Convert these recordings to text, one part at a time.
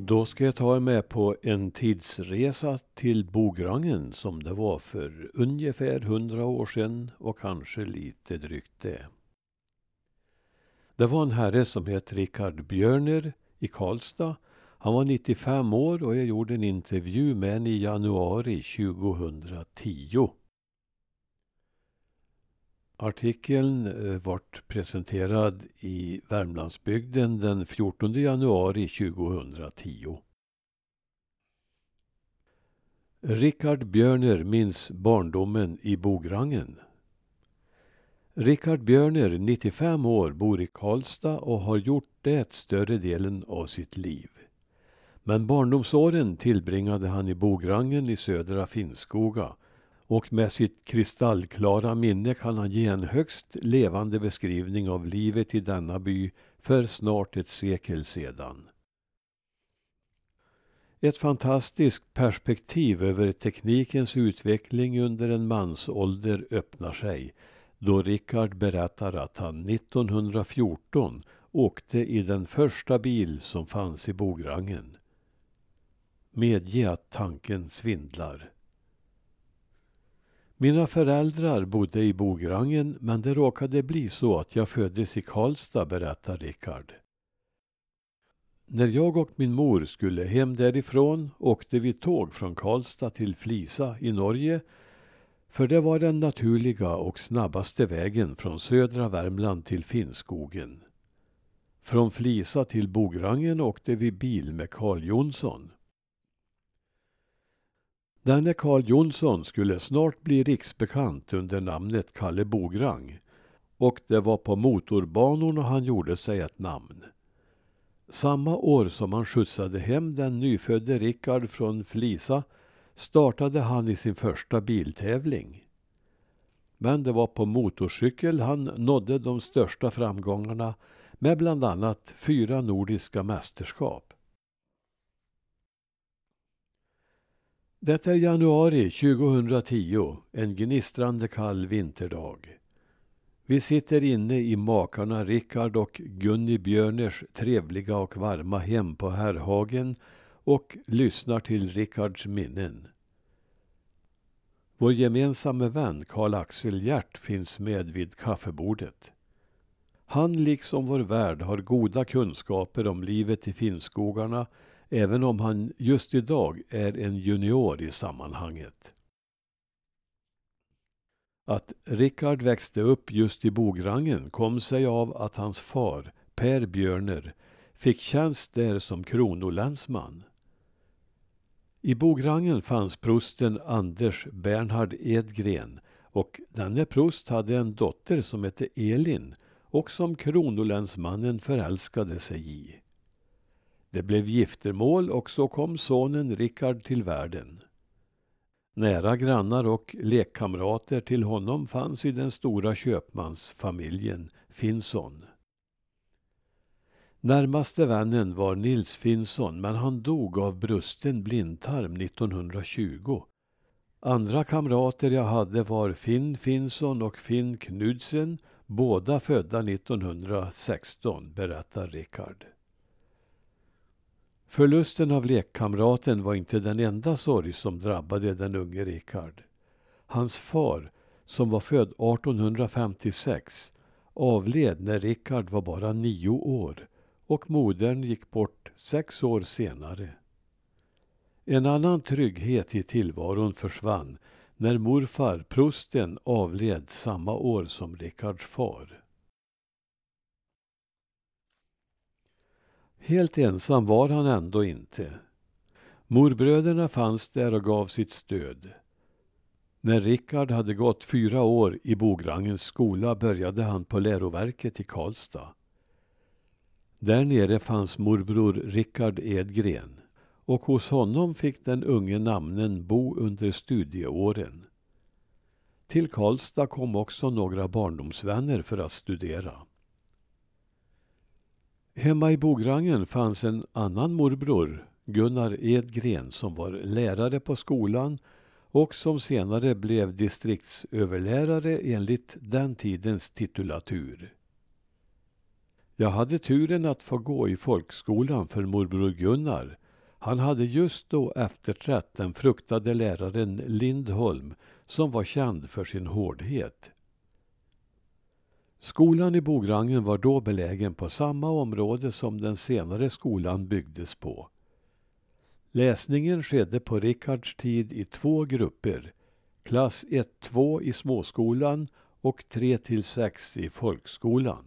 Då ska jag ta er med på en tidsresa till Bograngen som det var för ungefär 100 år sedan och kanske lite drygt det. Det var en herre som hette Richard Björner i Karlstad. Han var 95 år och jag gjorde en intervju med honom i januari 2010. Artikeln vart presenterad i Värmlandsbygden den 14 januari 2010. Richard Björner minns barndomen i Bograngen. Richard Björner, 95 år, bor i Karlstad och har gjort det större delen av sitt liv. Men barndomsåren tillbringade han i Bograngen i södra Finnskoga. Och med sitt kristallklara minne kan han ge en högst levande beskrivning av livet i denna by för snart ett sekel sedan. Ett fantastiskt perspektiv över teknikens utveckling under en mansålder öppnar sig då Richard berättar att han 1914 åkte i den första bil som fanns i Bograngen. Medge att tanken svindlar. Mina föräldrar bodde i Bograngen, men det råkade bli så att jag föddes i Karlstad, berättar Richard. När jag och min mor skulle hem därifrån åkte vi tåg från Karlstad till Flisa i Norge, för det var den naturliga och snabbaste vägen från södra Värmland till Finnskogen. Från Flisa till Bograngen åkte vi bil med Carl Jonsson. Denne Carl Jonsson skulle snart bli riksbekant under namnet Kalle Bograng, och det var på motorbanorna han gjorde sig ett namn. Samma år som han skjutsade hem den nyfödde Richard från Flisa startade han i sin första biltävling. Men det var på motorcykel han nådde de största framgångarna med bland annat 4 nordiska mästerskap. Det är januari 2010, en gnistrande kall vinterdag. Vi sitter inne i makarna Richard och Gunni Björners trevliga och varma hem på Herrhagen och lyssnar till Richards minnen. Vår gemensamma vän Karl-Axel Hjert finns med vid kaffebordet. Han liksom vår värd har goda kunskaper om livet i Finnskogarna, även om han just idag är en junior i sammanhanget. Att Richard växte upp just i Bograngen kom sig av att hans far, Per Björner, fick tjänst där som kronolänsman. I Bograngen fanns prosten Anders Bernhard Edgren, och denne prost hade en dotter som hette Elin och som kronolänsmannen förälskade sig i. Det blev giftermål och så kom sonen Richard till världen. Nära grannar och lekkamrater till honom fanns i den stora köpmansfamiljen Finnsson. Närmaste vännen var Nils Finnsson, men han dog av brusten blindtarm 1920. Andra kamrater jag hade var Finn Finnsson och Finn Knudsen, båda födda 1916, berättar Richard. Förlusten av lekkamraten var inte den enda sorg som drabbade den unge Richard. Hans far, som var född 1856, avled när Richard var bara 9 år och modern gick bort 6 år senare. En annan trygghet i tillvaron försvann när morfar, prosten, avled samma år som Richards far. Helt ensam var han ändå inte. Morbröderna fanns där och gav sitt stöd. När Richard hade gått 4 år i Bograngens skola började han på läroverket i Karlstad. Där nere fanns morbror Richard Edgren, och hos honom fick den unge namnen bo under studieåren. Till Karlstad kom också några barndomsvänner för att studera. Hemma i Bograngen fanns en annan morbror, Gunnar Edgren, som var lärare på skolan och som senare blev distriktsöverlärare enligt den tidens titulatur. Jag hade turen att få gå i folkskolan för morbror Gunnar, Han hade just då efterträtt den fruktade läraren Lindholm som var känd för sin hårdhet. Skolan i Bograngen var då belägen på samma område som den senare skolan byggdes på. Läsningen skedde på Rickards tid i 2 grupper, klass 1-2 i småskolan och 3-6 i folkskolan.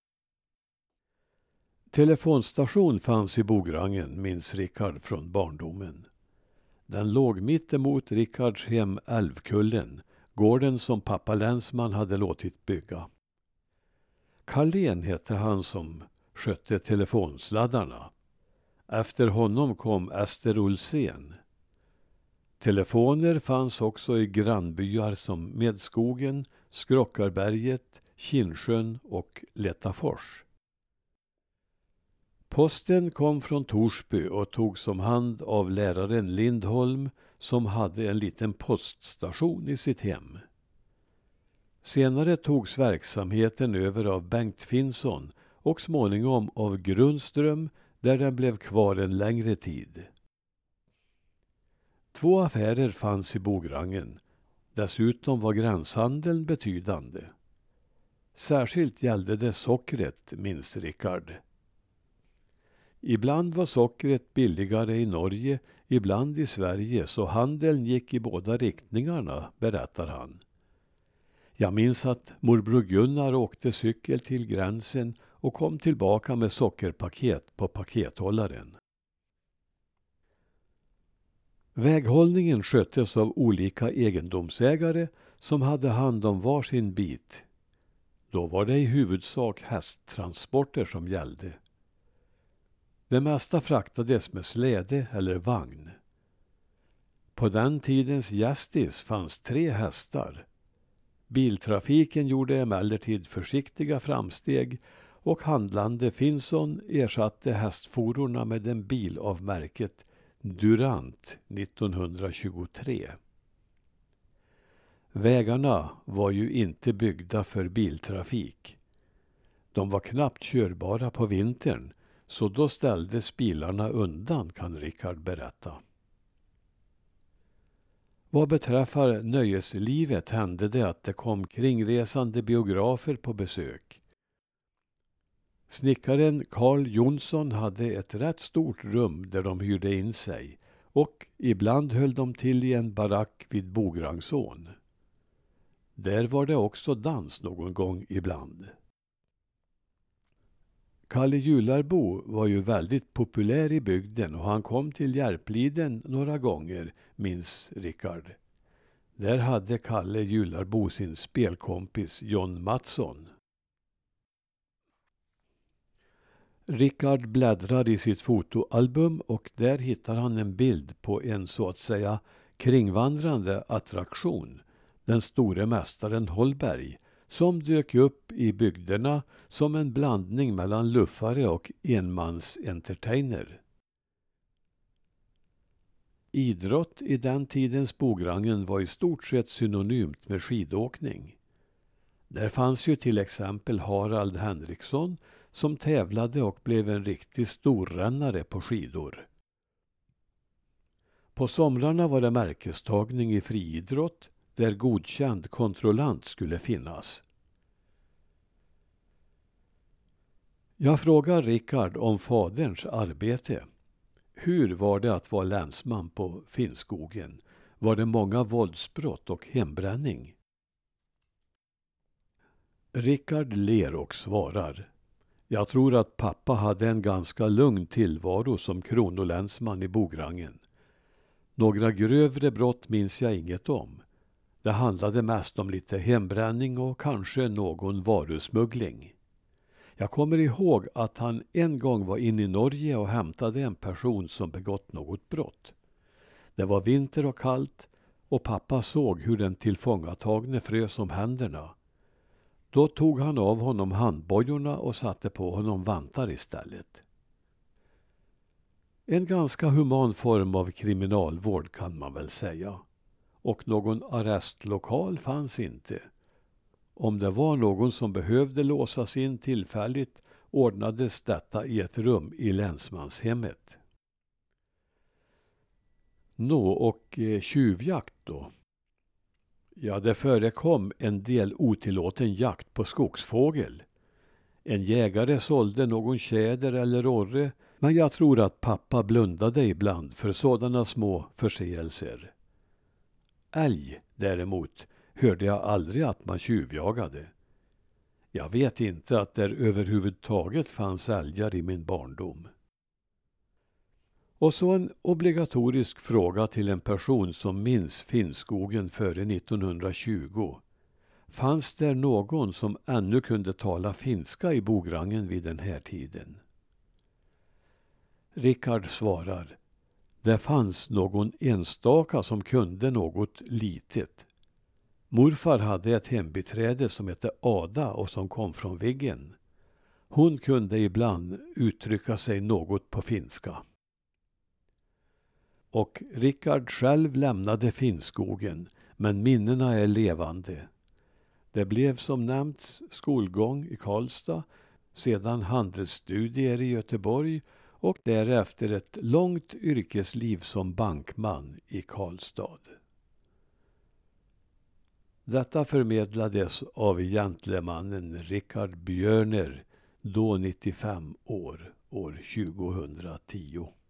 Telefonstation fanns i Bograngen, minns Rickard från barndomen. Den låg mitt emot Rickards hem Älvkullen, gården som pappa länsman hade låtit bygga. Carlén hette han som skötte telefonsladdarna. Efter honom kom Ester Olsén. Telefoner fanns också i grannbyar som Medskogen, Skrockarberget, Kinnsjön och Letafors. Posten kom från Torsby och togs om hand av läraren Lindholm som hade en liten poststation i sitt hem. Senare togs verksamheten över av Bengt Finnsson och småningom av Grundström där den blev kvar en längre tid. 2 affärer fanns i Bograngen. Dessutom var gränshandeln betydande. Särskilt gällde det sockret, minns Rickard. Ibland var sockret billigare i Norge, ibland i Sverige, så handeln gick i båda riktningarna, berättar han. Jag minns att morbror Gunnar åkte cykel till gränsen och kom tillbaka med sockerpaket på pakethållaren. Väghållningen sköttes av olika egendomsägare som hade hand om var sin bit. Då var det i huvudsak hästtransporter som gällde. Det mesta fraktades med släde eller vagn. På den tidens Gästis fanns 3 hästar. Biltrafiken gjorde emellertid försiktiga framsteg och handlande Finnsson ersatte hästfororna med en bil av märket Durant 1923. Vägarna var ju inte byggda för biltrafik. De var knappt körbara på vintern, så då ställdes bilarna undan, kan Rickard berätta. Vad beträffar nöjeslivet hände det att det kom kringresande biografer på besök. Snickaren Carl Jonsson hade ett rätt stort rum där de hyrde in sig och ibland höll de till i en barack vid Bograngsån. Där var det också dans någon gång ibland. Kalle Jularbo var ju väldigt populär i bygden och han kom till Järpliden några gånger, minns Rickard. Där hade Kalle Jularbo sin spelkompis John Mattsson. Rickard bläddrar i sitt fotoalbum och där hittar han en bild på en så att säga kringvandrande attraktion, den store mästaren Holberg, som dök upp i bygderna som en blandning mellan luffare och enmans-entertainer. Idrott i den tidens Bograngen var i stort sett synonymt med skidåkning. Där fanns ju till exempel Harald Henriksson som tävlade och blev en riktig storrännare på skidor. På somrarna var det märkestagning i friidrott där godkänd kontrollant skulle finnas. Jag frågar Rickard om faderns arbete. Hur var det att vara länsman på Finnskogen? Var det många våldsbrott och hembränning? Rickard ler och svarar. Jag tror att pappa hade en ganska lugn tillvaro som kronolänsman i Bograngen. Några grövre brott minns jag inget om. Det handlade mest om lite hembränning och kanske någon varusmuggling. Jag kommer ihåg att han en gång var inne i Norge och hämtade en person som begått något brott. Det var vinter och kallt och pappa såg hur den tillfångatagne frös om händerna. Då tog han av honom handbojorna och satte på honom vantar istället. En ganska human form av kriminalvård kan man väl säga. Och någon arrestlokal fanns inte. Om det var någon som behövde låsas in tillfälligt ordnades detta i ett rum i länsmanshemmet. Tjuvjakt då? Ja, det förekom en del otillåten jakt på skogsfågel. En jägare sålde någon tjäder eller orre, men jag tror att pappa blundade ibland för sådana små förseelser. Älg, däremot, hörde jag aldrig att man tjuvjagade. Jag vet inte att det överhuvudtaget fanns älgar i min barndom. Och så en obligatorisk fråga till en person som minns Finnskogen före 1920. Fanns det någon som ännu kunde tala finska i Bograngen vid den här tiden? Rickard svarar: det fanns någon enstaka som kunde något litet. Morfar hade ett hembiträde som hette Ada och som kom från Viggen. Hon kunde ibland uttrycka sig något på finska. Och Rickard själv lämnade Finnskogen, men minnena är levande. Det blev som nämnts skolgång i Karlstad, sedan handelsstudier i Göteborg och därefter ett långt yrkesliv som bankman i Karlstad. Detta förmedlades av gentlemannen Rickard Björner, då 95 år 2010.